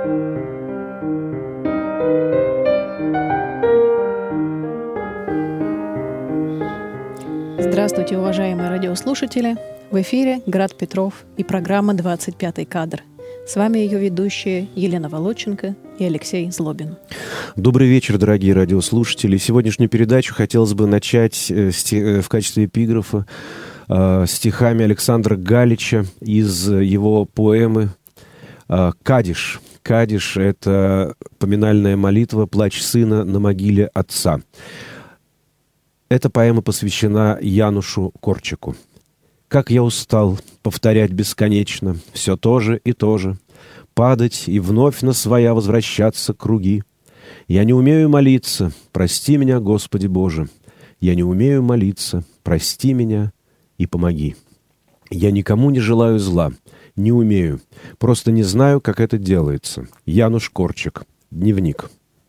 Здравствуйте, уважаемые радиослушатели! В эфире Град Петров и программа «25-й кадр». С вами ее ведущие Елена Володченко и Алексей Злобин. Добрый вечер, дорогие радиослушатели. Сегодняшнюю передачу хотелось бы начать в качестве эпиграфа стихами Александра Галича из его поэмы «Кадиш». «Кадиш» — это поминальная молитва «Плач сына на могиле отца». Эта поэма посвящена Янушу Корчику. «Как я устал повторять бесконечно все то же и то же, падать и вновь на своя возвращаться круги. Я не умею молиться, прости меня, Господи Боже. Я не умею молиться, прости меня и помоги. Я никому не желаю зла, не умею, просто не знаю, как это делается. Януш Корчик. Дневник».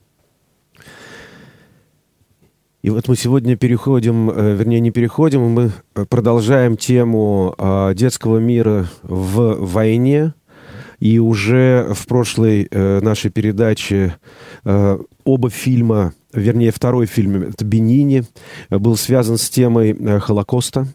И вот мы сегодня мы продолжаем тему детского мира в войне. И уже в прошлой нашей передаче оба фильма, вернее, второй фильм, это «Бенини», был связан с темой Холокоста.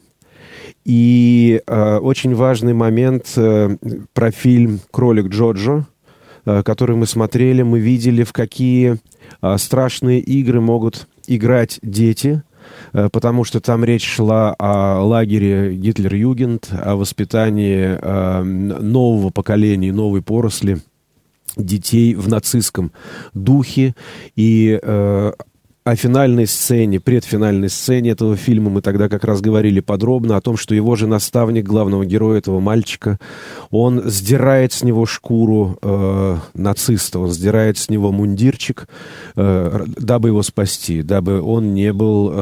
И очень важный момент про фильм «Кролик Джоджо», который мы смотрели, мы видели, в какие страшные игры могут играть дети, потому что там речь шла о лагере Гитлер-Югент, о воспитании нового поколения, новой поросли детей в нацистском духе. И о финальной сцене, предфинальной сцене этого фильма мы тогда как раз говорили подробно о том, что его же наставник, главного героя этого мальчика, он сдирает с него шкуру нациста, он сдирает с него мундирчик, дабы его спасти, дабы он не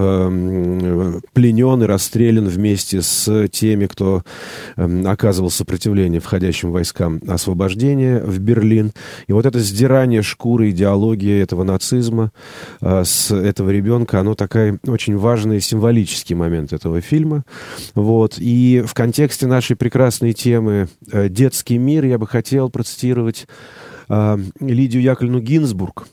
был пленен и расстрелян вместе с теми, кто оказывал сопротивление входящим войскам освобождения в Берлин. И вот это сдирание шкуры, идеологии этого нацизма с этого ребенка, оно такой очень важный символический момент этого фильма. Вот. И в контексте нашей прекрасной темы «Детский мир» я бы хотел процитировать Лидию Яковлевну Гинзбург,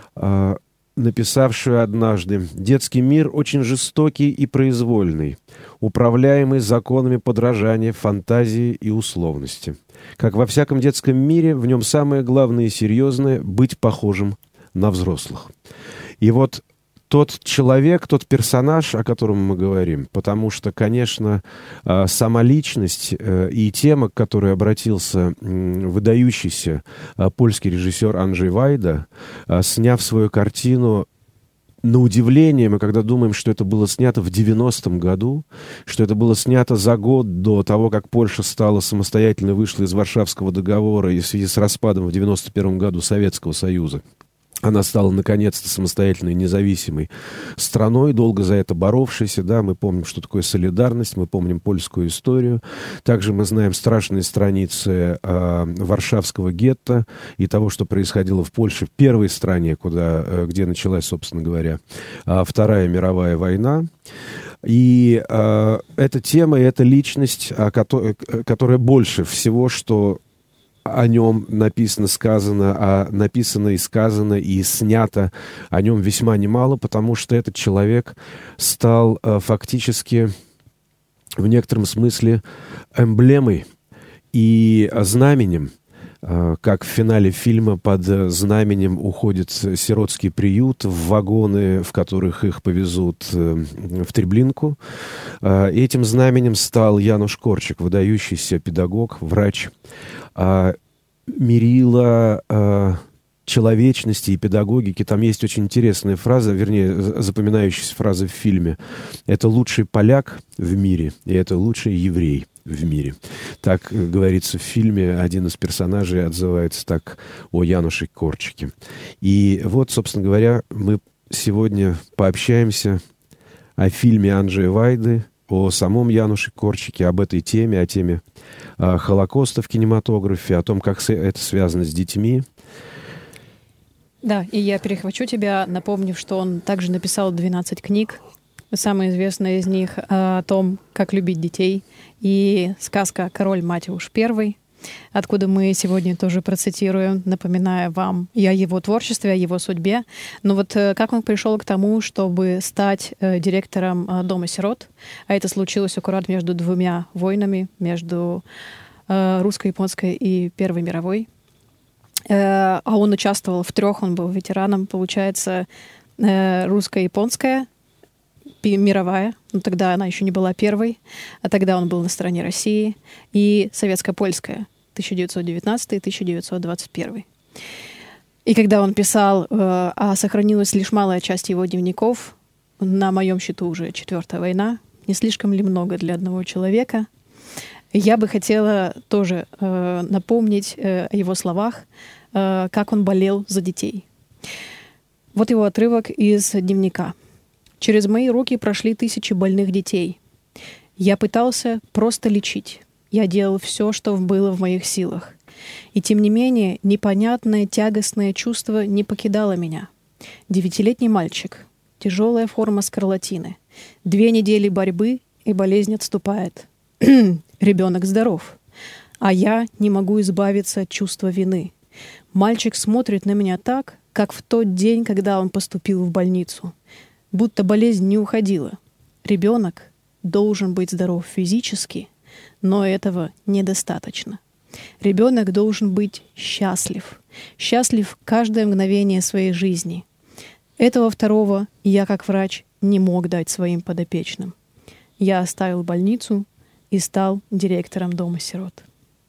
написавшую однажды: «Детский мир очень жестокий и произвольный, управляемый законами подражания, фантазии и условности. Как во всяком детском мире, в нем самое главное и серьезное — быть похожим на взрослых». И вот тот человек, тот персонаж, о котором мы говорим, потому что, конечно, сама личность и тема, к которой обратился выдающийся польский режиссер Анджей Вайда, сняв свою картину, на удивление, мы когда думаем, что это было снято в 90-м году, что это было снято за год до того, как Польша стала самостоятельно, вышла из Варшавского договора и в связи с распадом в 91-м году Советского Союза, она стала, наконец-то, самостоятельной, независимой страной, долго за это боровшейся. Да, мы помним, что такое солидарность, мы помним польскую историю. Также мы знаем страшные страницы Варшавского гетто и того, что происходило в Польше, в первой стране, где началась, собственно говоря, Вторая мировая война. И эта тема, и эта личность, которая больше всего, что о нем написано, сказано, а написано и сказано, и снято о нем весьма немало, потому что этот человек стал фактически в некотором смысле эмблемой и знаменем, как в финале фильма под знаменем уходит сиротский приют в вагоны, в которых их повезут в Треблинку. Этим знаменем стал Януш Корчик, выдающийся педагог, врач, мерила человечности и педагогики. Там есть очень интересная фраза, вернее, запоминающаяся фраза в фильме. «Это лучший поляк в мире, и это лучший еврей в мире». Так говорится в фильме, один из персонажей отзывается так о Януше Корчике. И вот, собственно говоря, мы сегодня пообщаемся о фильме Анджея Вайды, о самом Януше Корчике, об этой теме, о теме Холокоста в кинематографе, о том, как это связано с детьми. Да, и я перехвачу тебя, напомнив, что он также написал 12 книг. Самая известная из них о том, как любить детей. И сказка «Король Матеуш I». откуда мы сегодня тоже процитируем, напоминая вам и о его творчестве, о его судьбе. Но вот как он пришел к тому, чтобы стать директором Дома сирот, а это случилось аккурат между двумя войнами, между русско-японской и Первой мировой. А он участвовал в 3, он был ветераном, получается, русско-японская, мировая, но тогда она еще не была первой, а тогда он был на стороне России, и советско-польская, 1919-1921. И когда он писал, а сохранилась лишь малая часть его дневников, на моем счету уже 4-я война, не слишком ли много для одного человека, я бы хотела тоже напомнить о его словах, как он болел за детей. Вот его отрывок из дневника. «Через мои руки прошли 1000 больных детей. Я пытался просто лечить. Я делал все, что было в моих силах. И тем не менее, непонятное тягостное чувство не покидало меня. 9-летний мальчик, тяжелая форма скарлатины, 2 недели борьбы, и болезнь отступает. Ребенок здоров. А я не могу избавиться от чувства вины. Мальчик смотрит на меня так, как в тот день, когда он поступил в больницу. Будто болезнь не уходила. Ребенок должен быть здоров физически, но этого недостаточно. Ребенок должен быть счастлив. Счастлив каждое мгновение своей жизни. Этого второго я, как врач, не мог дать своим подопечным. Я оставил больницу и стал директором Дома сирот».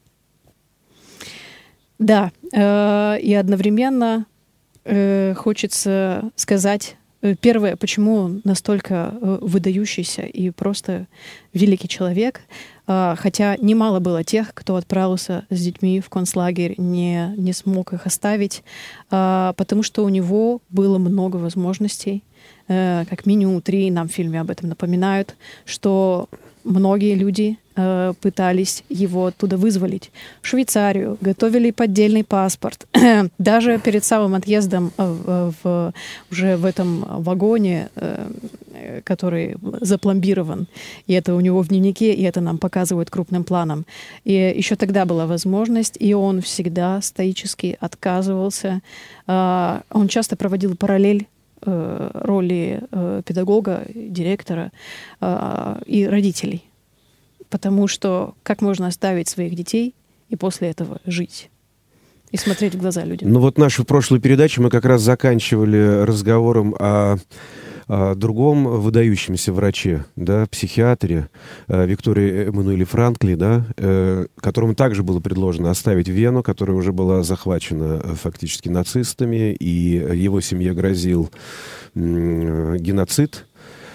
Да, и одновременно хочется сказать, первое, почему он настолько выдающийся и просто великий человек, хотя немало было тех, кто отправился с детьми в концлагерь, не смог их оставить, потому что у него было много возможностей, как минимум 3, нам в фильме об этом напоминают, что многие люди пытались его оттуда вызволить. В Швейцарию, готовили поддельный паспорт. Даже перед самым отъездом уже в этом вагоне, который запломбирован, и это у него в дневнике, и это нам показывают крупным планом. И еще тогда была возможность, и он всегда стоически отказывался. Он часто проводил параллель роли педагога, директора и родителей. Потому что как можно оставить своих детей и после этого жить? И смотреть в глаза людям. Ну вот нашу прошлую передачу мы как раз заканчивали разговором о другом выдающемся враче, да, психиатре Виктории Эммануэле Франкли, да, которому также было предложено оставить Вену, которая уже была захвачена фактически нацистами, и его семье грозил геноцид.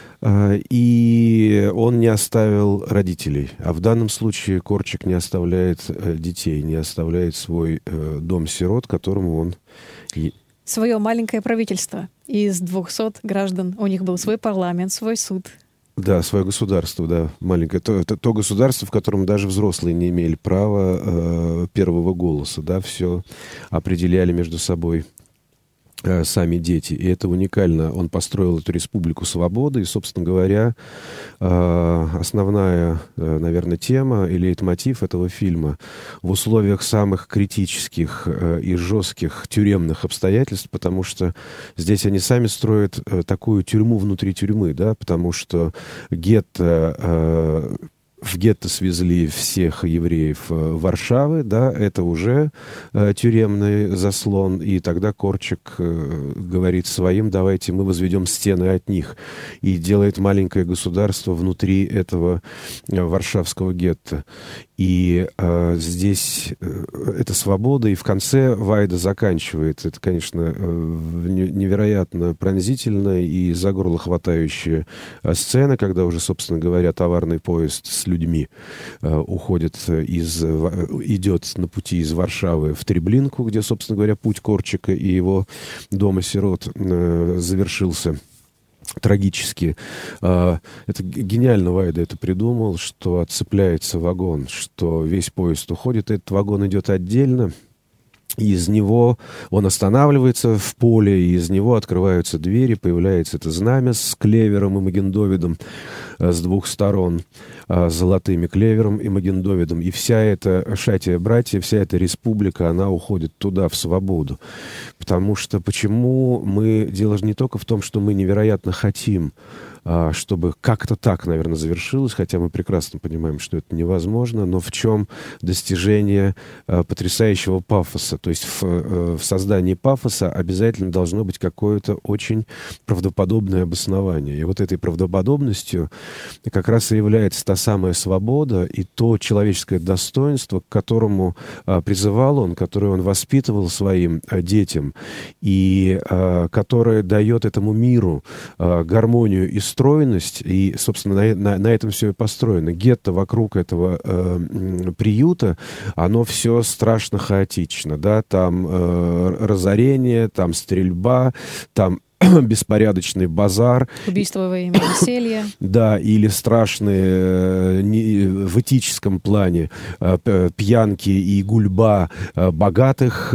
И он не оставил родителей. А в данном случае Корчик не оставляет детей, не оставляет свой дом сирот, которому он... Свое маленькое правительство из 200 граждан. У них был свой парламент, свой суд. Да, свое государство, да, маленькое. То государство, в котором даже взрослые не имели права первого голоса, да, все определяли между собой сами дети. И это уникально. Он построил эту республику свободы. И, собственно говоря, основная, наверное, тема или лейтмотив этого фильма в условиях самых критических и жестких тюремных обстоятельств, потому что здесь они сами строят такую тюрьму внутри тюрьмы, да, потому что в гетто свезли всех евреев Варшавы, да, это уже тюремный заслон, и тогда Корчик говорит своим: давайте мы возведем стены от них, и делает маленькое государство внутри этого варшавского гетто. И здесь это свобода, и в конце Вайда заканчивает. Это, конечно, невероятно пронзительная и за горло хватающая сцена, когда уже, собственно говоря, товарный поезд с людьми идет на пути из Варшавы в Треблинку, где, собственно говоря, путь Корчика и его дома сирот завершился трагически. Это гениально Вайда это придумал, что отцепляется вагон, что весь поезд уходит, этот вагон идет отдельно. Из него он останавливается в поле, и из него открываются двери, появляется это знамя с клевером и Магендовидом. с двух сторон золотыми клевером и Магендовидом. И вся эта шатия братья, вся эта республика, она уходит туда, в свободу. Потому что почему мы... Дело же не только в том, что мы невероятно хотим, чтобы как-то так, наверное, завершилось, хотя мы прекрасно понимаем, что это невозможно, но в чем достижение потрясающего пафоса? То есть в создании пафоса обязательно должно быть какое-то очень правдоподобное обоснование. И вот этой правдоподобностью как раз и является та самая свобода и то человеческое достоинство, к которому призывал он, которое он воспитывал своим детям, и которое дает этому миру гармонию и стройность, и, собственно, на этом все и построено. Гетто вокруг этого приюта, оно все страшно хаотично, да, там разорение, там стрельба, там беспорядочный базар. Убийство во имя веселья. Да, или страшные в этическом плане пьянки и гульба богатых,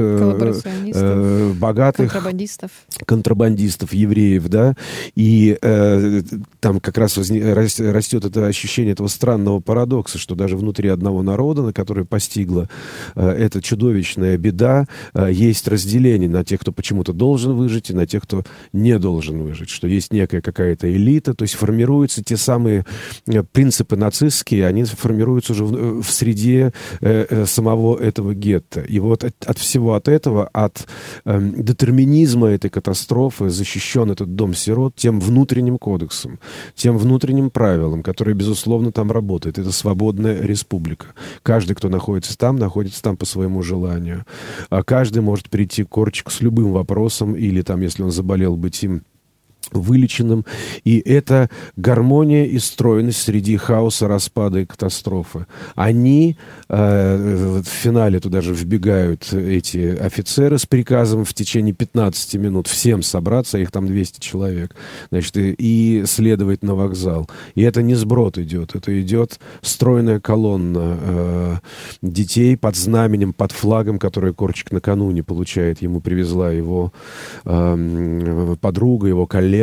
контрабандистов, евреев, да, и там как раз растет это ощущение этого странного парадокса, что даже внутри одного народа, на который постигла эта чудовищная беда, есть разделение на тех, кто почему-то должен выжить, и на тех, кто не должен выжить, что есть некая какая-то элита, то есть формируются те самые принципы нацистские, они формируются уже в среде самого этого гетто. И вот от всего от этого, от детерминизма этой катастрофы защищен этот дом сирот тем внутренним кодексом, тем внутренним правилам, которое, безусловно, там работает. Это свободная республика. Каждый, кто находится там по своему желанию. А каждый может прийти к Корчику с любым вопросом, или там, если он заболел, быть им вылеченным. И это гармония и стройность среди хаоса, распада и катастрофы. Они в финале туда же вбегают эти офицеры с приказом в течение 15 минут всем собраться, их там 200 человек, значит, и следовать на вокзал. И это не сброд идет, это идет стройная колонна детей под знаменем, под флагом, который Корчик накануне получает. Ему привезла его подруга, его коллега,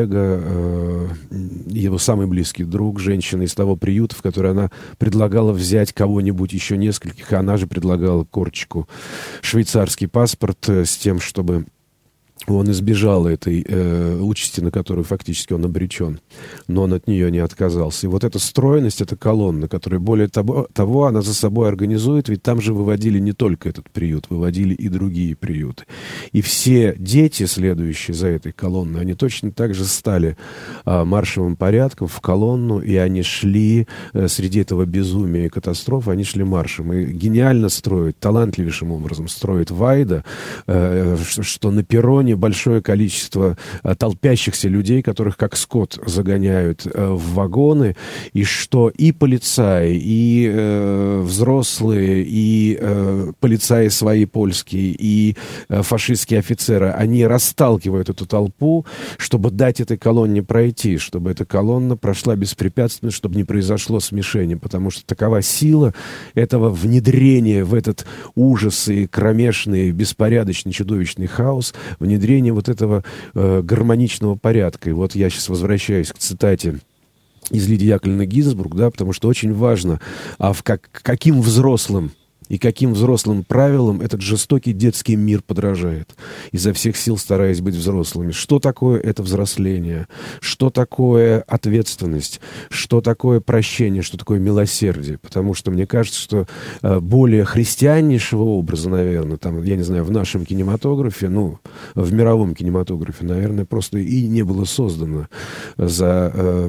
его самый близкий друг, женщина из того приюта, в который она предлагала взять кого-нибудь, еще нескольких, а она же предлагала Корчику швейцарский паспорт с тем, чтобы он избежал этой участи, на которую фактически он обречен. Но он от нее не отказался. И вот эта стройность, эта колонна, которая, более того, она за собой организует, ведь там же выводили не только этот приют, выводили и другие приюты. И все дети, следующие за этой колонной, они точно так же стали маршевым порядком в колонну, и они шли среди этого безумия и катастрофы, они шли маршем. И гениально строит, талантливейшим образом строит Вайда, что на перроне большое количество толпящихся людей, которых как скот загоняют в вагоны, и что и полицаи, и взрослые, и полицаи свои польские, и фашистские офицеры, они расталкивают эту толпу, чтобы дать этой колонне пройти, чтобы эта колонна прошла беспрепятственно, чтобы не произошло смешение, потому что такова сила этого внедрения в этот ужас и кромешный, беспорядочный, чудовищный хаос, внедрение вот этого гармоничного порядка. И вот я сейчас возвращаюсь к цитате из Лидии Яковлевны Гинзбург, да, потому что очень важно, каким взрослым и каким взрослым правилам этот жестокий детский мир подражает, изо всех сил стараясь быть взрослыми. Что такое это взросление? Что такое ответственность? Что такое прощение? Что такое милосердие? Потому что мне кажется, что более христианнейшего образа, наверное, там, я не знаю, в нашем кинематографе, в мировом кинематографе, наверное, просто и не было создано за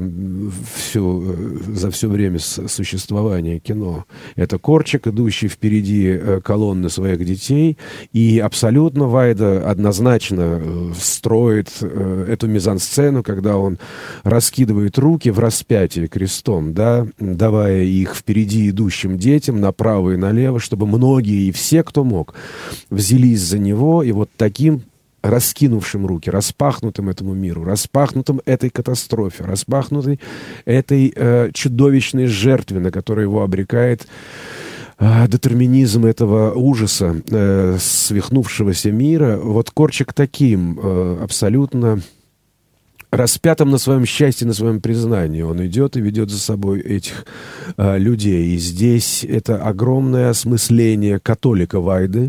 все время существования кино. Это Корчик, идущий впереди колонны своих детей, и абсолютно Вайда однозначно строит эту мизансцену, когда он раскидывает руки в распятие крестом, да, давая их впереди идущим детям направо и налево, чтобы многие и все, кто мог, взялись за него, и вот таким раскинувшим руки, распахнутым этому миру, распахнутым этой катастрофе, распахнутой этой чудовищной жертве, на которую его обрекает детерминизм этого ужаса, свихнувшегося мира. Вот Корчик таким абсолютно распятым на своем счастье, на своем признании. Он идет и ведет за собой этих людей. И здесь это огромное осмысление католика Вайды,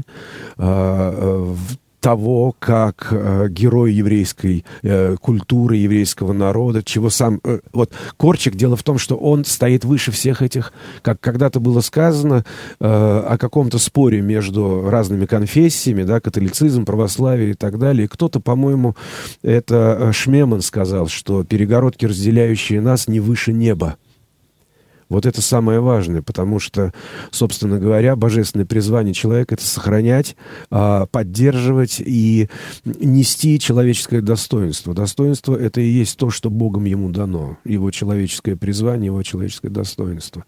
того, как герой еврейской культуры, еврейского народа, чего сам... Вот Корчик, дело в том, что он стоит выше всех этих, как когда-то было сказано, о каком-то споре между разными конфессиями, да, католицизм, православие и так далее. И кто-то, по-моему, это Шмеман сказал, что перегородки, разделяющие нас, не выше неба. Вот это самое важное, потому что, собственно говоря, божественное призвание человека — это сохранять, поддерживать и нести человеческое достоинство. Достоинство — это и есть то, что Богом ему дано. Его человеческое призвание, его человеческое достоинство.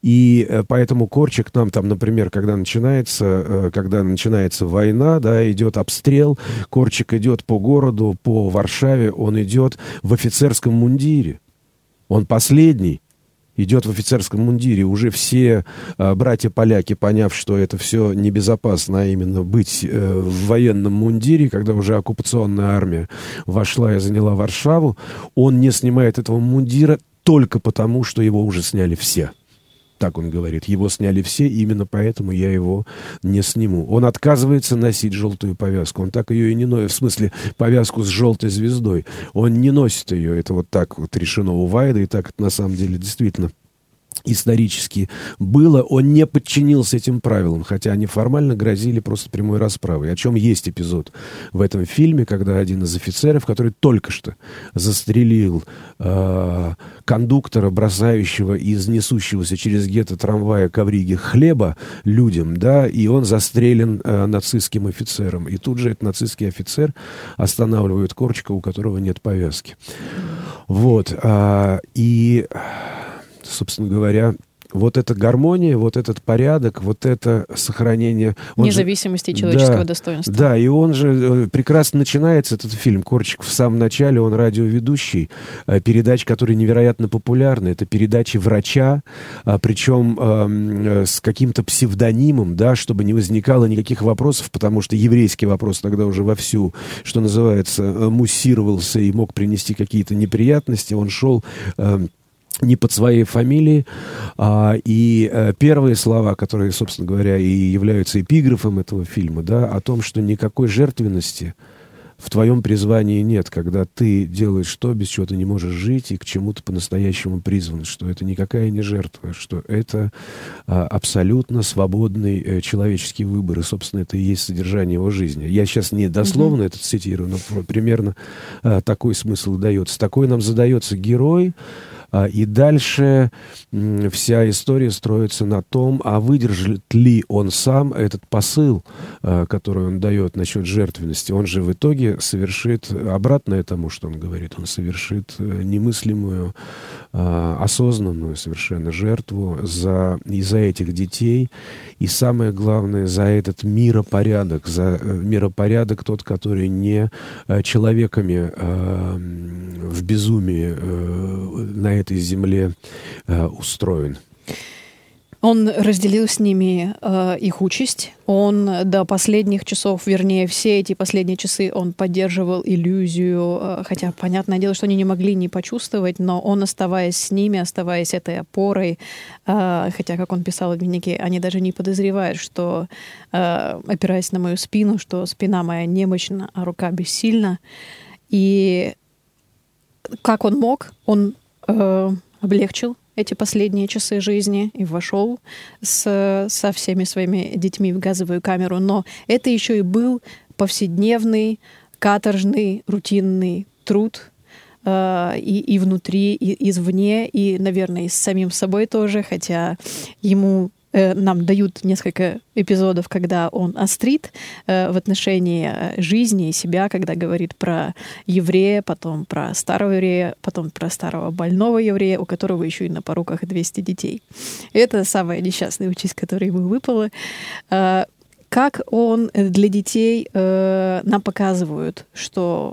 И поэтому Корчик нам там, например, когда начинается война, да, идет обстрел, Корчик идет по городу, по Варшаве, он идет в офицерском мундире. Он последний идет в офицерском мундире. Уже все братья-поляки, поняв, что это все небезопасно, а именно быть в военном мундире, когда уже оккупационная армия вошла и заняла Варшаву, он не снимает этого мундира только потому, что его уже сняли все. Так он говорит. Его сняли все, и именно поэтому я его не сниму. Он отказывается носить желтую повязку. Он так ее и не носит. В смысле, повязку с желтой звездой. Он не носит ее. Это вот так вот решено у Вайды, и так это на самом деле действительно исторически было. Он не подчинился этим правилам, хотя они формально грозили просто прямой расправой. О чем есть эпизод в этом фильме, когда один из офицеров, который только что застрелил кондуктора, бросающего из несущегося через гетто трамвая ковриги хлеба людям, да, и он застрелен нацистским офицером. И тут же этот нацистский офицер останавливает Корчика, у которого нет повязки. Вот. И собственно говоря, вот эта гармония, вот этот порядок, вот это сохранение... Независимости человеческого достоинства. Да, и он же прекрасно начинается, этот фильм «Корчик», в самом начале. Он радиоведущий передач, которые невероятно популярны. Это передачи врача, причем с каким-то псевдонимом, да, чтобы не возникало никаких вопросов, потому что еврейский вопрос тогда уже вовсю, что называется, муссировался и мог принести какие-то неприятности. Он шел... не под своей фамилией, и первые слова, которые, собственно говоря, и являются эпиграфом этого фильма, да, о том, что никакой жертвенности в твоем призвании нет, когда ты делаешь то, без чего ты не можешь жить, и к чему ты по-настоящему призван, что это никакая не жертва, что это абсолютно свободный человеческий выбор, и, собственно, это и есть содержание его жизни. Я сейчас не дословно это цитирую, но примерно такой смысл дается. Такой нам задается герой. И дальше вся история строится на том, а выдержит ли он сам этот посыл, который он дает насчет жертвенности. Он же в итоге совершит обратное тому, что он говорит. Он совершит немыслимую, осознанную совершенно жертву за этих детей. И самое главное, за этот миропорядок. За миропорядок тот, который не человеками в безумии на этой земле устроен. Он разделил с ними их участь. Он до последних часов, вернее, все эти последние часы он поддерживал иллюзию, хотя, понятное дело, что они не могли не почувствовать, но он, оставаясь с ними, оставаясь этой опорой, хотя, как он писал в дневнике, они даже не подозревают, что, опираясь на мою спину, что спина моя немощна, а рука бессильна. И как он мог, он облегчил эти последние часы жизни и вошел со всеми своими детьми в газовую камеру. Но это еще и был повседневный, каторжный, рутинный труд и внутри, и извне, и, наверное, и с самим собой тоже, хотя ему... Нам дают несколько эпизодов, когда он острит в отношении жизни и себя, когда говорит про еврея, потом про старого еврея, потом про старого больного еврея, у которого еще и на поруках 200 детей. Это самая несчастная участь, которая ему выпала. Как он для детей нам показывает, что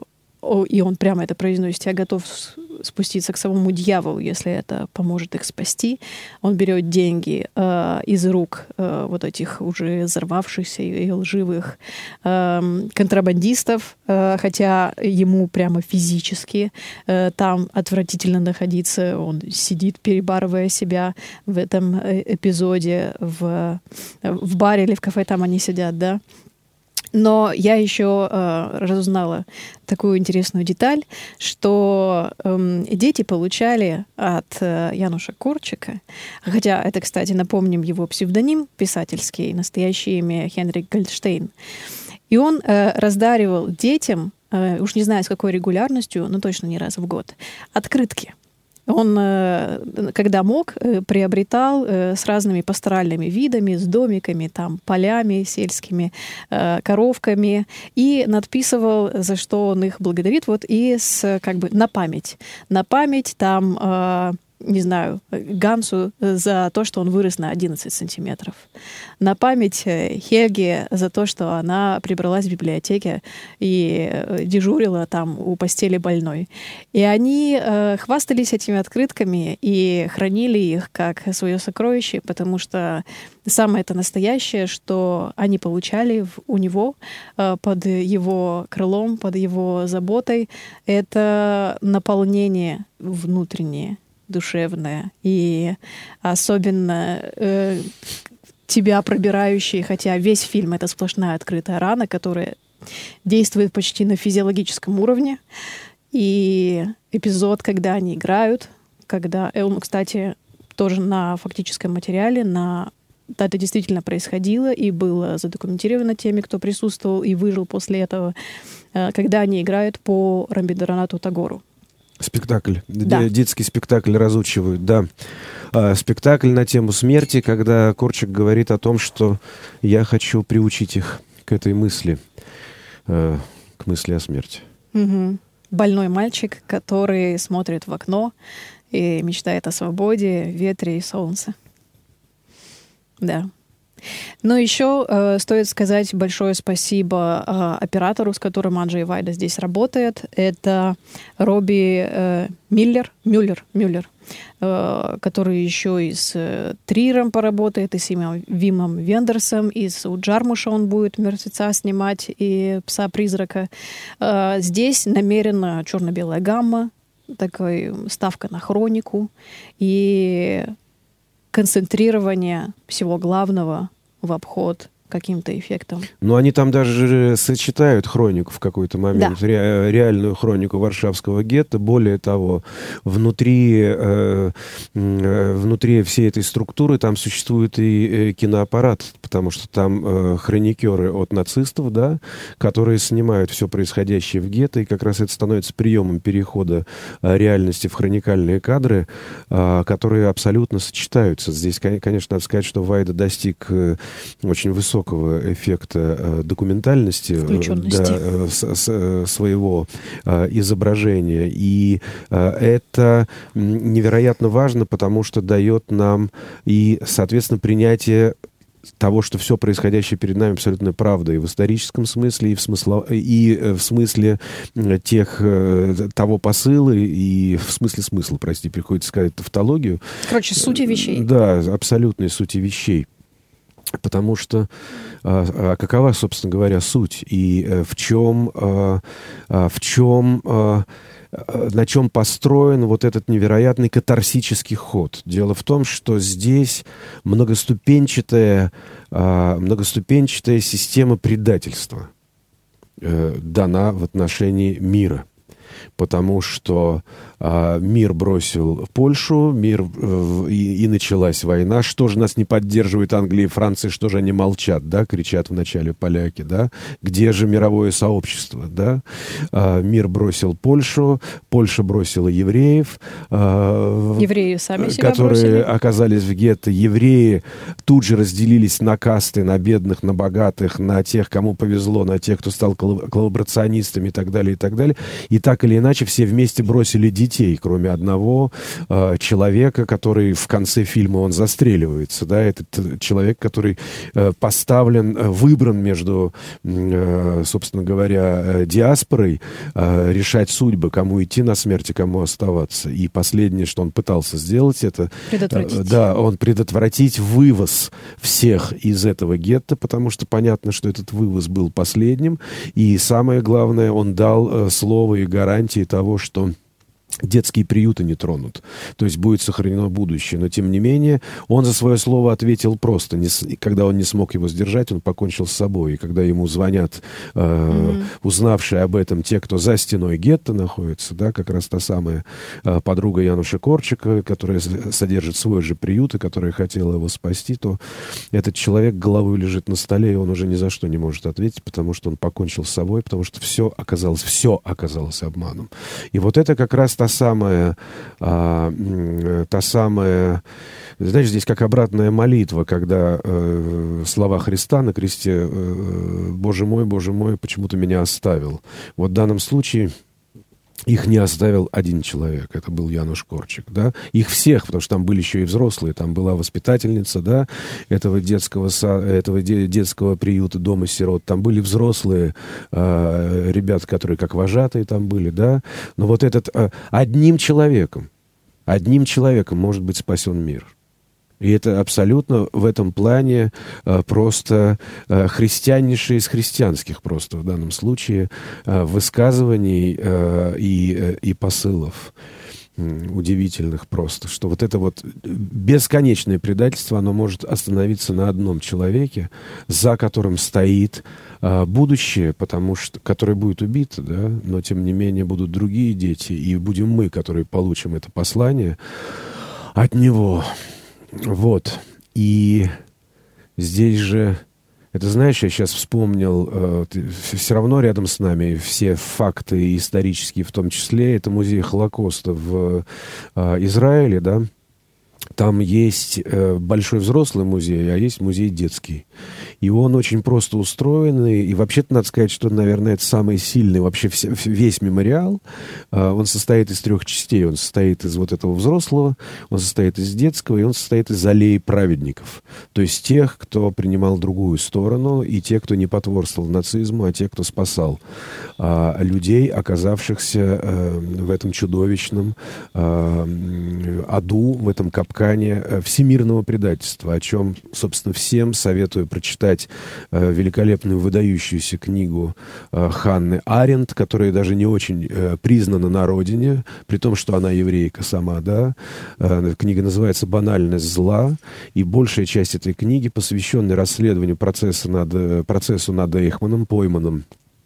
и он прямо это произносит: я готов спуститься к самому дьяволу, если это поможет их спасти. Он берет деньги из рук вот этих уже взорвавшихся и лживых контрабандистов, хотя ему прямо физически там отвратительно находиться. Он сидит, перебарывая себя в этом эпизоде в баре или в кафе, там они сидят, да. Но я еще разузнала такую интересную деталь, что дети получали от Януша Корчика, хотя это, кстати, напомним, его псевдоним писательский, настоящее имя Хенрик Гольдштейн. И он раздаривал детям, уж не знаю с какой регулярностью, но точно не раз в год, открытки. Он, когда мог, приобретал с разными пасторальными видами, с домиками, там, полями сельскими, коровками, и надписывал, за что он их благодарит, вот, и как бы на память. На память там... не знаю, Гансу за то, что он вырос на 11 сантиметров. На память Хельге за то, что она прибралась в библиотеке и дежурила там у постели больной. И они хвастались этими открытками и хранили их как свое сокровище, потому что самое это настоящее, что они получали у него под его крылом, под его заботой, это наполнение внутреннее, душевная и особенно тебя пробирающие, хотя весь фильм — это сплошная открытая рана, которая действует почти на физиологическом уровне. И эпизод, когда они играют, когда он, кстати, тоже на фактическом материале, это действительно происходило и было задокументировано теми, кто присутствовал и выжил после этого, когда они играют по Рамбиндранату Тагору. Спектакль. Да. Детский спектакль разучивают, да. Спектакль на тему смерти, когда Корчик говорит о том, что я хочу приучить их к этой мысли, к мысли о смерти. Угу. Больной мальчик, который смотрит в окно и мечтает о свободе, ветре и солнце. Да. Но еще стоит сказать большое спасибо оператору, с которым Анджей Вайда здесь работает. Это Робби Мюллер, который еще и с Триром поработает, и с Вимом Вендерсом, и с Джармуша он будет «Мертвеца» снимать, и «Пса-призрака». Здесь намеренно черно-белая гамма, такая ставка на хронику и концентрирование всего главного в обход каким-то эффектом. Но они там даже сочетают хронику в какой-то момент, да. Реальную хронику варшавского гетто. Более того, внутри всей этой структуры там существует и киноаппарат, потому что там хроникеры от нацистов, да, которые снимают все происходящее в гетто, и как раз это становится приемом перехода реальности в хроникальные кадры, которые абсолютно сочетаются. Здесь, конечно, надо сказать, что Вайда достиг очень высокого эффекта документальности, своего изображения. И это невероятно важно, потому что дает нам и, соответственно, принятие того, что все происходящее перед нами абсолютно правда, и в историческом смысле, и в смысле того посыла, и в смысле смысла, прости, приходится сказать тавтологию. Короче, сути вещей. Да, абсолютной сути вещей. Потому что какова, собственно говоря, суть и на чем построен вот этот невероятный катарсический ход. Дело в том, что здесь многоступенчатая система предательства дана в отношении мира. Потому что мир бросил Польшу, и началась война. Что же нас не поддерживает Англия и Франция, что же они молчат, да, кричат вначале поляки, да? Где же мировое сообщество, да? Мир бросил Польшу, Польша бросила евреев. Евреи сами себя которые бросили. Оказались в гетто. Евреи тут же разделились на касты, на бедных, на богатых, на тех, кому повезло, на тех, кто стал коллаборационистами и так далее, и так далее. И так или иначе все вместе бросили детей, детей, кроме одного человека, который в конце фильма он застреливается. Да? Этот человек, который поставлен, выбран между, собственно говоря, диаспорой, решать судьбы, кому идти на смерть и кому оставаться. И последнее, что он пытался сделать, это предотвратить вывоз всех из этого гетто, потому что понятно, что этот вывоз был последним. И самое главное, он дал слово и гарантии того, что детские приюты не тронут. То есть будет сохранено будущее. Но, тем не менее, он за свое слово ответил просто. Когда он не смог его сдержать, он покончил с собой. И когда ему звонят, узнавшие об этом те, кто за стеной гетто находится, да, как раз та самая подруга Януша Корчика, которая содержит свой же приют и которая хотела его спасти, то этот человек головой лежит на столе, и он уже ни за что не может ответить, потому что он покончил с собой, потому что все оказалось обманом. И вот это как раз та самая, знаешь, здесь как обратная молитва, когда слова Христа на кресте Боже мой, почему ты меня оставил?» Вот в данном случае их не оставил один человек, это был Януш Корчик, да, их всех, потому что там были еще и взрослые, там была воспитательница, да, этого детского приюта, дома сирот, там были взрослые ребята, которые как вожатые там были, да, но вот этот одним человеком может быть спасен мир. И это абсолютно в этом плане просто христианнейшее из христианских просто в данном случае высказываний и посылов удивительных просто, что вот это вот бесконечное предательство, оно может остановиться на одном человеке, за которым стоит будущее, которое будет убито, да, но тем не менее будут другие дети, и будем мы, которые получим это послание от него. Вот. И здесь же, это знаешь, я сейчас вспомнил, все равно рядом с нами все факты исторические, в том числе, это музей Холокоста в Израиле, да. Там есть большой взрослый музей, а есть музей детский. И он очень просто устроенный. И вообще-то надо сказать, что, наверное, это самый сильный вообще весь мемориал. Он состоит из 3 частей. Он состоит из вот этого взрослого, он состоит из детского, и он состоит из аллеи праведников. То есть тех, кто принимал другую сторону, и те, кто не потворствовал нацизму, а те, кто спасал людей, оказавшихся в этом чудовищном аду, в этом капкане всемирного предательства, о чем, собственно, всем советую прочитать великолепную, выдающуюся книгу Ханны Аренд, которая даже не очень признана на родине, при том, что она еврейка сама, да. Книга называется «Банальность зла», и большая часть этой книги посвящена расследованию процессу над Эйхманом, пойманным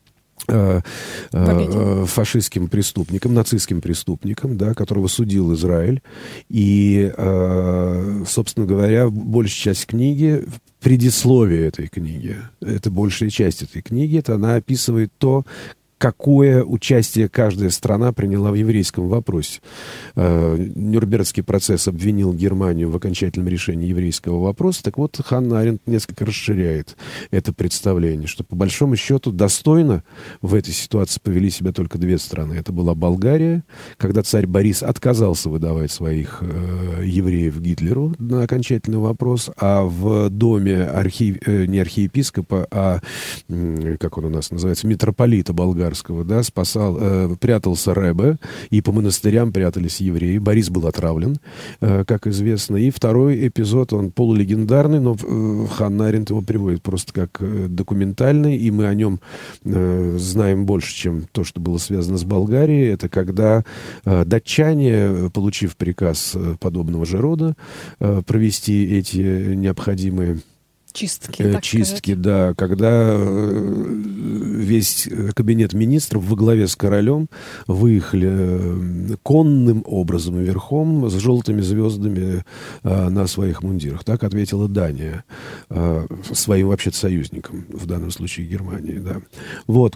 фашистским преступником, нацистским преступником, да, которого судил Израиль. И, собственно говоря, большая часть книги, предисловие этой книги, это большая часть этой книги, это она описывает то, какое участие каждая страна приняла в еврейском вопросе. Нюрнбергский процесс обвинил Германию в окончательном решении еврейского вопроса. Так вот, Ханна Аренд несколько расширяет это представление, что по большому счету достойно в этой ситуации повели себя только 2 страны. Это была Болгария, когда царь Борис отказался выдавать своих евреев Гитлеру на окончательный вопрос, а в доме не архиепископа, а, как он у нас называется, митрополита болгарского, да, прятался Ребе, и по монастырям прятались евреи. Борис был отравлен, как известно. И второй эпизод, он полулегендарный, но Ханна Аренд его приводит просто как документальный, и мы о нем знаем больше, чем то, что было связано с Болгарией. Это когда датчане, получив приказ подобного же рода, провести эти необходимые чистки, да, когда весь кабинет министров во главе с королем выехали конным образом и верхом с желтыми звездами на своих мундирах. Так ответила Дания своим вообще-то союзникам, в данном случае Германии, да. Вот.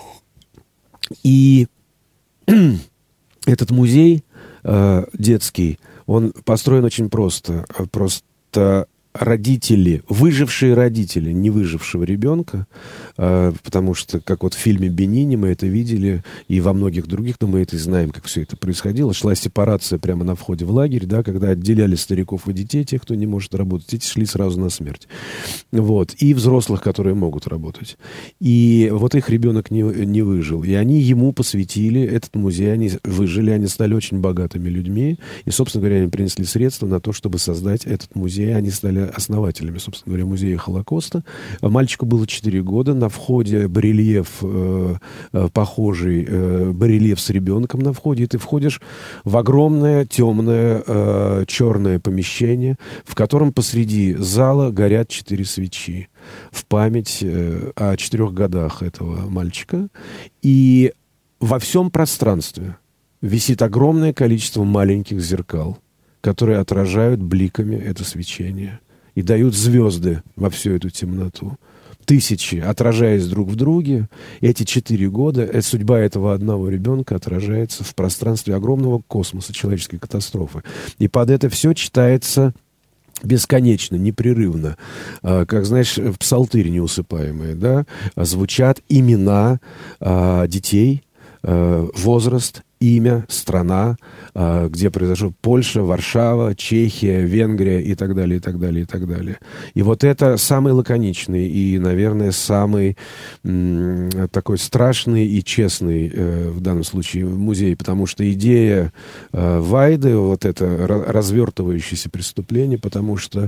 И этот музей детский, он построен очень просто. Просто родители, выжившие родители не выжившего ребенка, потому что, как вот в фильме «Бенини» мы это видели, и во многих других, но мы это и знаем, как все это происходило. Шла сепарация прямо на входе в лагерь, да, когда отделяли стариков и детей, тех, кто не может работать. Эти шли сразу на смерть. Вот. И взрослых, которые могут работать. И вот их ребенок не выжил. И они ему посвятили этот музей. Они выжили, они стали очень богатыми людьми. И, собственно говоря, они принесли средства на то, чтобы создать этот музей. Они стали основателями, собственно говоря, музея Холокоста. Мальчику было 4 года. На входе барельеф, похожий, барельеф с ребенком на входе. И ты входишь в огромное, темное, черное помещение, в котором посреди зала горят 4 свечи в память о 4 годах этого мальчика. И во всем пространстве висит огромное количество маленьких зеркал, которые отражают бликами это свечение и дают звезды во всю эту темноту. Тысячи, отражаясь друг в друге, эти 4 года, судьба этого одного ребенка отражается в пространстве огромного космоса, человеческой катастрофы. И под это все читается бесконечно, непрерывно, как, знаешь, псалтырь неусыпаемые, да, звучат имена детей, возраст, имя, страна, где произошло Польша, Варшава, Чехия, Венгрия и так далее, и так далее, и так далее. И вот это самый лаконичный и, наверное, самый такой страшный и честный в данном случае музей, потому что идея Вайды, вот это развертывающееся преступление, потому что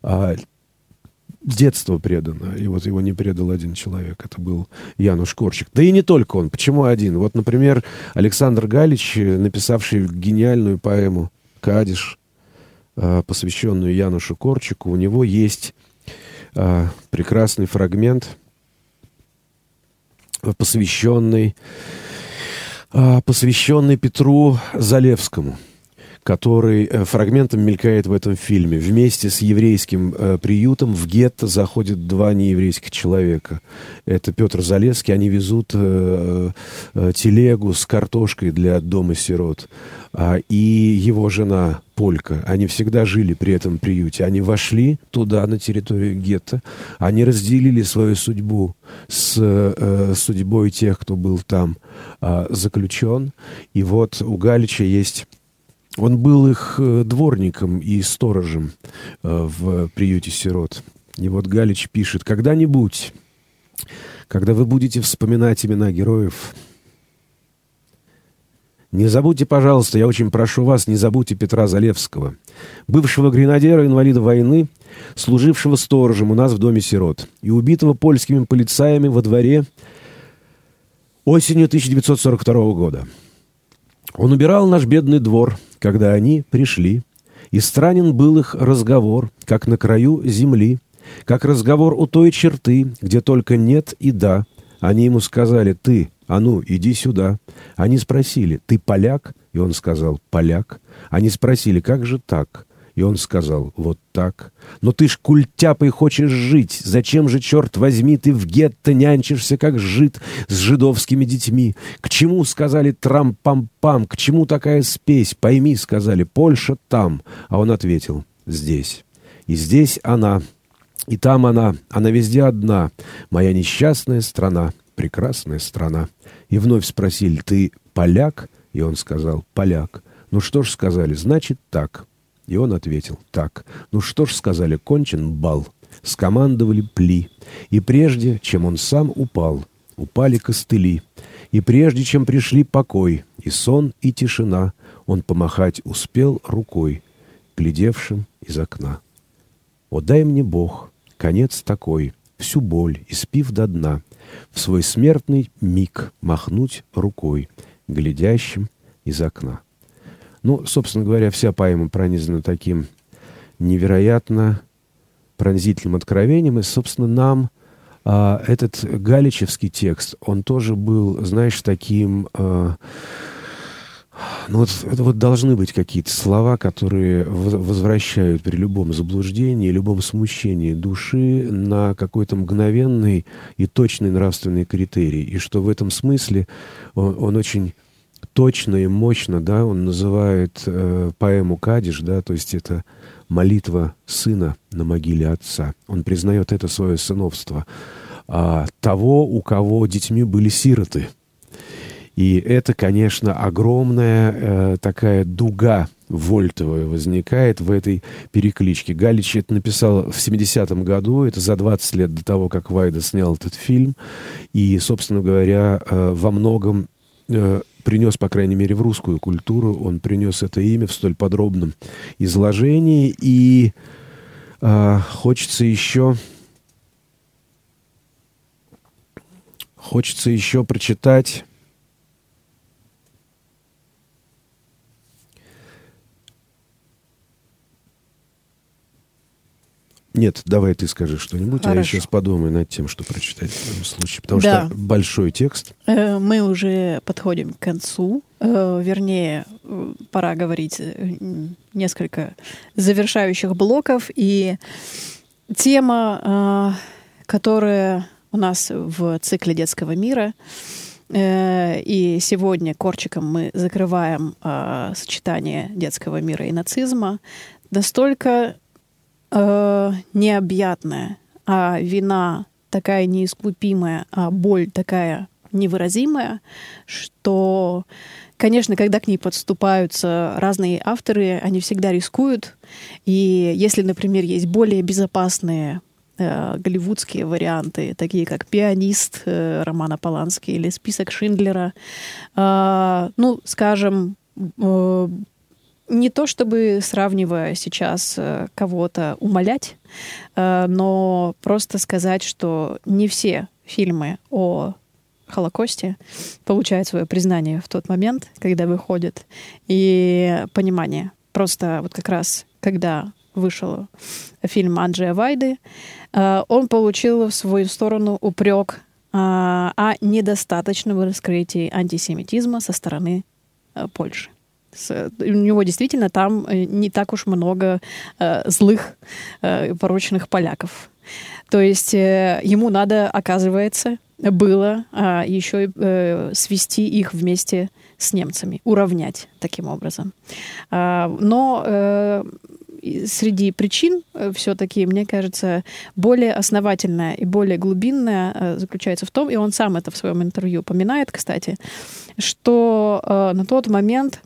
детство предано, и вот его не предал один человек, это был Януш Корчик. Да и не только он. Почему один? Вот, например, Александр Галич, написавший гениальную поэму «Кадиш», посвященную Янушу Корчику, у него есть прекрасный фрагмент, посвященный Петру Залевскому, который фрагментом мелькает в этом фильме. Вместе с еврейским приютом в гетто заходят 2 нееврейских человека. Это Петр Залевский. Они везут телегу с картошкой для дома сирот. И его жена Полька. Они всегда жили при этом приюте. Они вошли туда, на территорию гетто. Они разделили свою судьбу с судьбой тех, кто был там заключен. И вот у Галича есть... Он был их дворником и сторожем в приюте сирот. И вот Галич пишет: «Когда-нибудь, когда вы будете вспоминать имена героев, не забудьте, пожалуйста, я очень прошу вас, не забудьте Петра Залевского, бывшего гренадера, инвалида войны, служившего сторожем у нас в доме сирот и убитого польскими полицаями во дворе осенью 1942 года. Он убирал наш бедный двор, когда они пришли, и странен был их разговор, как на краю земли, как разговор у той черты, где только нет и да. Они ему сказали: ты, а ну, иди сюда. Они спросили: ты поляк? И он сказал: поляк. Они спросили: как же так? И он сказал: вот так. Но ты ж культяпой хочешь жить. Зачем же, черт возьми, ты в гетто нянчишься, как жид, с жидовскими детьми? К чему, сказали, трам-пам-пам, к чему такая спесь? Пойми, сказали, Польша там. А он ответил: здесь. И здесь она, и там она везде одна. Моя несчастная страна, прекрасная страна. И вновь спросили: ты поляк? И он сказал: поляк. Ну что ж, сказали, значит так. И он ответил: так. Ну что ж, сказали, кончен бал. Скомандовали пли. И прежде, чем он сам упал, упали костыли. И прежде, чем пришли покой, и сон, и тишина, он помахать успел рукой, глядевшим из окна. О, дай мне Бог, конец такой, всю боль, испив до дна, в свой смертный миг махнуть рукой, глядящим из окна. Ну, собственно говоря, вся поэма пронизана таким невероятно пронзительным откровением. И, собственно, нам этот галичевский текст, он тоже был, знаешь, таким... ну, вот, это вот должны быть какие-то слова, которые возвращают при любом заблуждении, любом смущении души на какой-то мгновенный и точный нравственный критерий. И что в этом смысле он очень... точно и мощно, да, он называет поэму «Кадиш», да, то есть это молитва сына на могиле отца. Он признает это свое сыновство того, у кого детьми были сироты. И это, конечно, огромная такая дуга вольтовая возникает в этой перекличке. Галич это написал в 70-м году, это за 20 лет до того, как Вайда снял этот фильм. И, собственно говоря, во многом принес, по крайней мере, в русскую культуру, он принес это имя в столь подробном изложении. И хочется еще прочитать Нет, давай ты скажи что-нибудь, Хорошо. а я сейчас подумаю над тем, что прочитать в этом случае. Потому что большой текст. Мы уже подходим к концу. Вернее, пора говорить несколько завершающих блоков. И тема, которая у нас в цикле детского мира, и сегодня корчиком мы закрываем сочетание детского мира и нацизма, настолько необъятная, а вина такая неискупимая, а боль такая невыразимая, что, конечно, когда к ней подступаются разные авторы, они всегда рискуют. И если, например, есть более безопасные голливудские варианты, такие как «Пианист» Романа Полански или «Список Шиндлера», скажем, не то чтобы, сравнивая сейчас, кого-то умалять, но просто сказать, что не все фильмы о Холокосте получают свое признание в тот момент, когда выходят, и понимание. Просто вот как раз, когда вышел фильм Анджея Вайды, он получил в свою сторону упрек о недостаточном раскрытии антисемитизма со стороны Польши. У него действительно там не так уж много злых, порочных поляков. То есть ему надо, оказывается, было еще свести их вместе с немцами, уравнять таким образом. Но среди причин все-таки, мне кажется, более основательная и более глубинная заключается в том, и он сам это в своем интервью упоминает, кстати, что на тот момент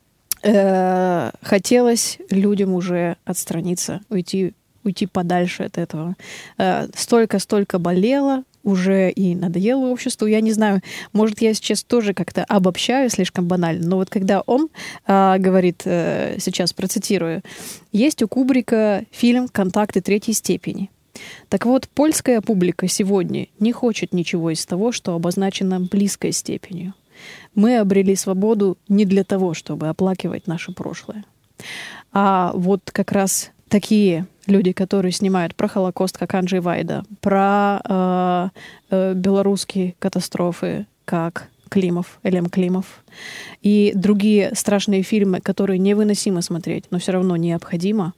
хотелось людям уже отстраниться, уйти подальше от этого. Столько болело, уже и надоело обществу. Я не знаю, может, я сейчас тоже как-то обобщаю слишком банально, но вот когда он говорит, сейчас процитирую, есть у Кубрика фильм «Контакты третьей степени». Так вот, польская публика сегодня не хочет ничего из того, что обозначено близкой степенью. Мы обрели свободу не для того, чтобы оплакивать наше прошлое. А вот как раз такие люди, которые снимают про Холокост, как Анджей Вайда, про белорусские катастрофы, как Климов, Элем Климов, и другие страшные фильмы, которые невыносимо смотреть, но все равно необходимо,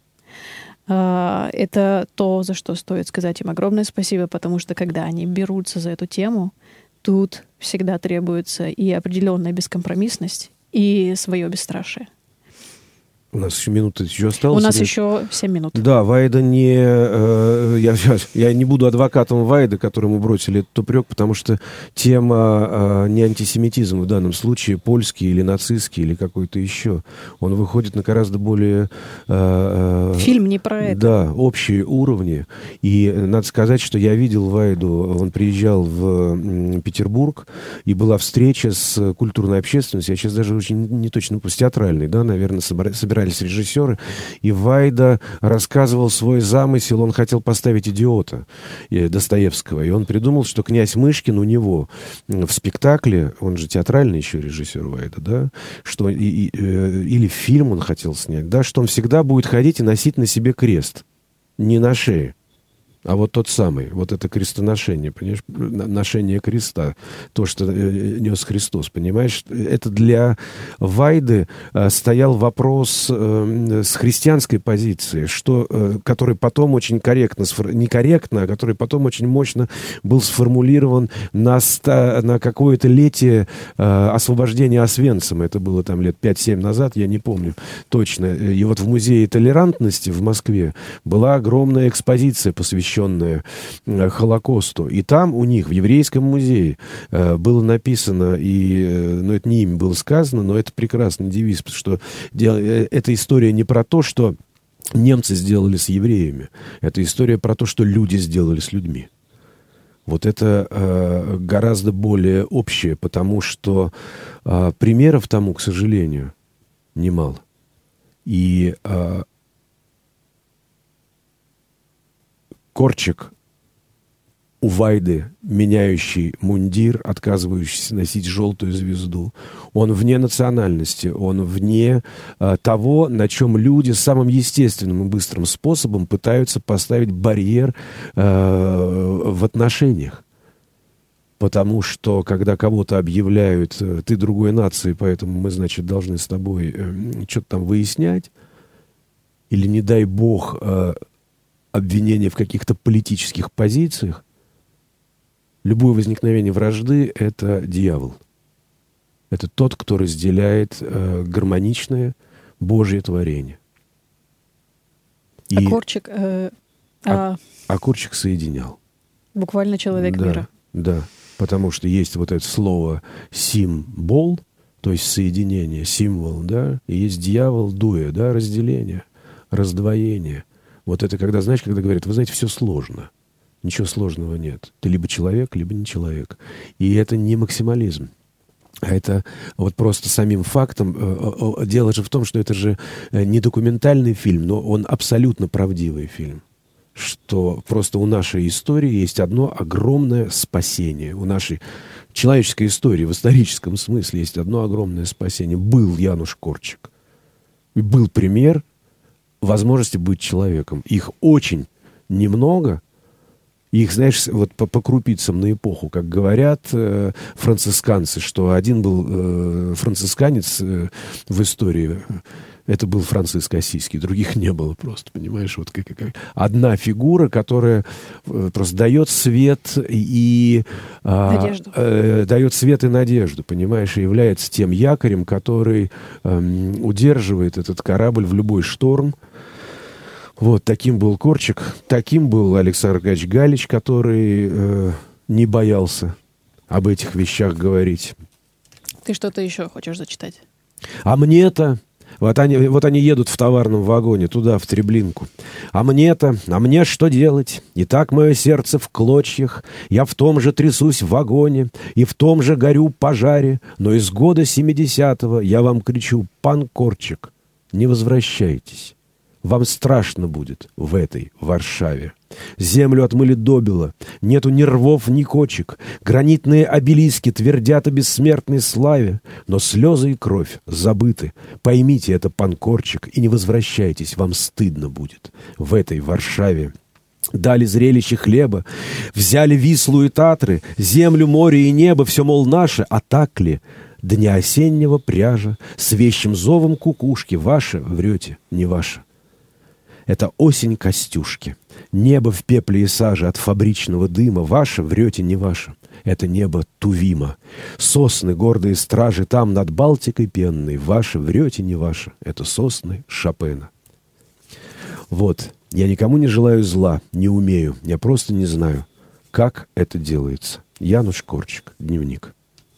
это то, за что стоит сказать им огромное спасибо, потому что когда они берутся за эту тему, тут всегда требуется и определенная бескомпромиссность, и свое бесстрашие. У нас еще минута осталась. У нас еще 7 минут. Да, Вайда не... Я не буду адвокатом Вайды, которому бросили этот упрек, потому что тема не антисемитизм в данном случае, польский или нацистский, или какой-то еще. Он выходит на гораздо более... Фильм не про это. Да, общие уровни. И надо сказать, что я видел Вайду, он приезжал в Петербург, и была встреча с культурной общественностью, я сейчас даже очень не точно, с театральной, да, наверное, собирались режиссеры, и Вайда рассказывал свой замысел, он хотел поставить «Идиота» Достоевского, и он придумал, что князь Мышкин у него в спектакле, он же театральный еще режиссер Вайда, да, что или фильм он хотел снять, да, что он всегда будет ходить и носить на себе крест, не на шее. А вот тот самый, вот это крестоношение, понимаешь, ношение креста, то, что нес Христос, понимаешь, это для Вайды стоял вопрос с христианской позиции, который потом очень корректно, некорректно, а который потом очень мощно был сформулирован на какое-то летие освобождения Освенцима. Это было там лет 5-7 назад, я не помню точно. И вот в Музее толерантности в Москве была огромная экспозиция, посвященная Холокосту. И там у них, в еврейском музее, было написано, это не им было сказано, но это прекрасный девиз, потому что эта история не про то, что немцы сделали с евреями. Это история про то, что люди сделали с людьми. Вот это гораздо более общее, потому что примеров тому, к сожалению, немало. И Корчик у Вайды, меняющий мундир, отказывающийся носить желтую звезду, он вне национальности, он вне того, на чем люди самым естественным и быстрым способом пытаются поставить барьер в отношениях. Потому что, когда кого-то объявляют, ты другой нации, поэтому мы, значит, должны с тобой что-то там выяснять, или, не дай бог, обвинения в каких-то политических позициях, любое возникновение вражды — это дьявол. Это тот, кто разделяет гармоничное Божье творение. А Корчик... Корчик соединял. Буквально человек мира. Да, потому что есть вот это слово «символ», то есть соединение, символ, да, и есть дьявол, дуя, да, разделение, раздвоение. Вот это когда, знаешь, когда говорят, вы знаете, все сложно. Ничего сложного нет. Ты либо человек, либо не человек. И это не максимализм. А это вот просто самим фактом. Дело же в том, что это же не документальный фильм, но он абсолютно правдивый фильм. Что просто у нашей истории есть одно огромное спасение. У нашей человеческой истории в историческом смысле есть одно огромное спасение. Был Януш Корчик. И был пример возможности быть человеком. Их очень немного. Их, знаешь, вот по крупицам на эпоху, как говорят францисканцы, что один был францисканец в истории, это был Франциск Ассизский, других не было просто, понимаешь? Вот как одна фигура, которая просто дает свет и надежду. Дает свет и надежду, понимаешь, и является тем якорем, который удерживает этот корабль в любой шторм. Вот, таким был Корчик, таким был Александр Аркадьевич Галич, который не боялся об этих вещах говорить. Ты что-то еще хочешь зачитать? А мне-то... Вот они едут в товарном вагоне туда, в Треблинку. А мне что делать? И так мое сердце в клочьях, я в том же трясусь в вагоне, и в том же горю пожаре, но из года 70-го я вам кричу: пан Корчик, не возвращайтесь. Вам страшно будет в этой Варшаве. Землю отмыли добело, нету ни рвов, ни кочек. Гранитные обелиски твердят о бессмертной славе, но слезы и кровь забыты. Поймите это, пан Корчик, и не возвращайтесь, вам стыдно будет в этой Варшаве. Дали зрелище хлеба, взяли Вислу и Татры, землю, море и небо, все, мол, наше, а так ли? Дня осеннего пряжа, с вещим зовом кукушки, ваше, врете, не ваше. Это осень Костюшки, небо в пепле и саже от фабричного дыма, ваше, врете, не ваше. Это небо Тувима, сосны, гордые стражи там над Балтикой пенной, ваше, врете, не ваше. Это сосны Шопена. Вот, я никому не желаю зла, не умею, я просто не знаю, как это делается. Януш Корчик, дневник.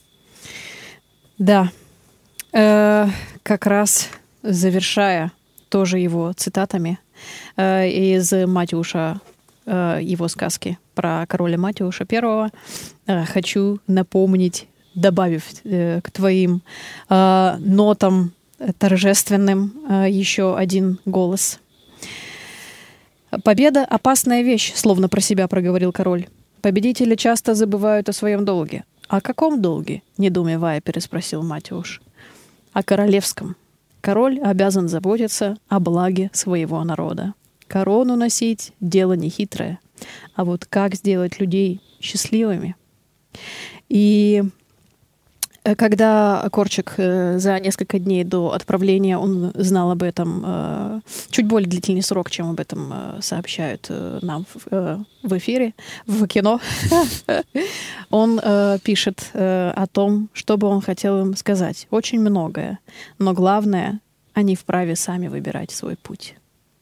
Да, как раз завершая тоже его цитатами из Матюша, его сказки про короля Матюша I, хочу напомнить, добавив к твоим нотам торжественным еще один голос. «Победа — опасная вещь», словно про себя проговорил король. «Победители часто забывают о своем долге». «О каком долге?» — недоумевая переспросил Матюш. «О королевском. Король обязан заботиться о благе своего народа. Корону носить — дело нехитрое, а вот как сделать людей счастливыми. И когда Корчик за несколько дней до отправления, он знал об этом чуть более длительный срок, чем об этом сообщают нам в эфире, в кино, он пишет о том, что бы он хотел им сказать. Очень многое, но главное, они вправе сами выбирать свой путь.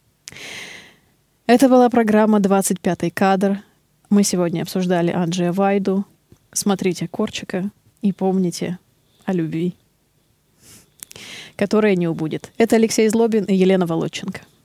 Это была программа «25-й кадр». Мы сегодня обсуждали Анджея Вайду. Смотрите Корчика и помните о любви, которая не убудет. Это Алексей Злобин и Елена Володченко.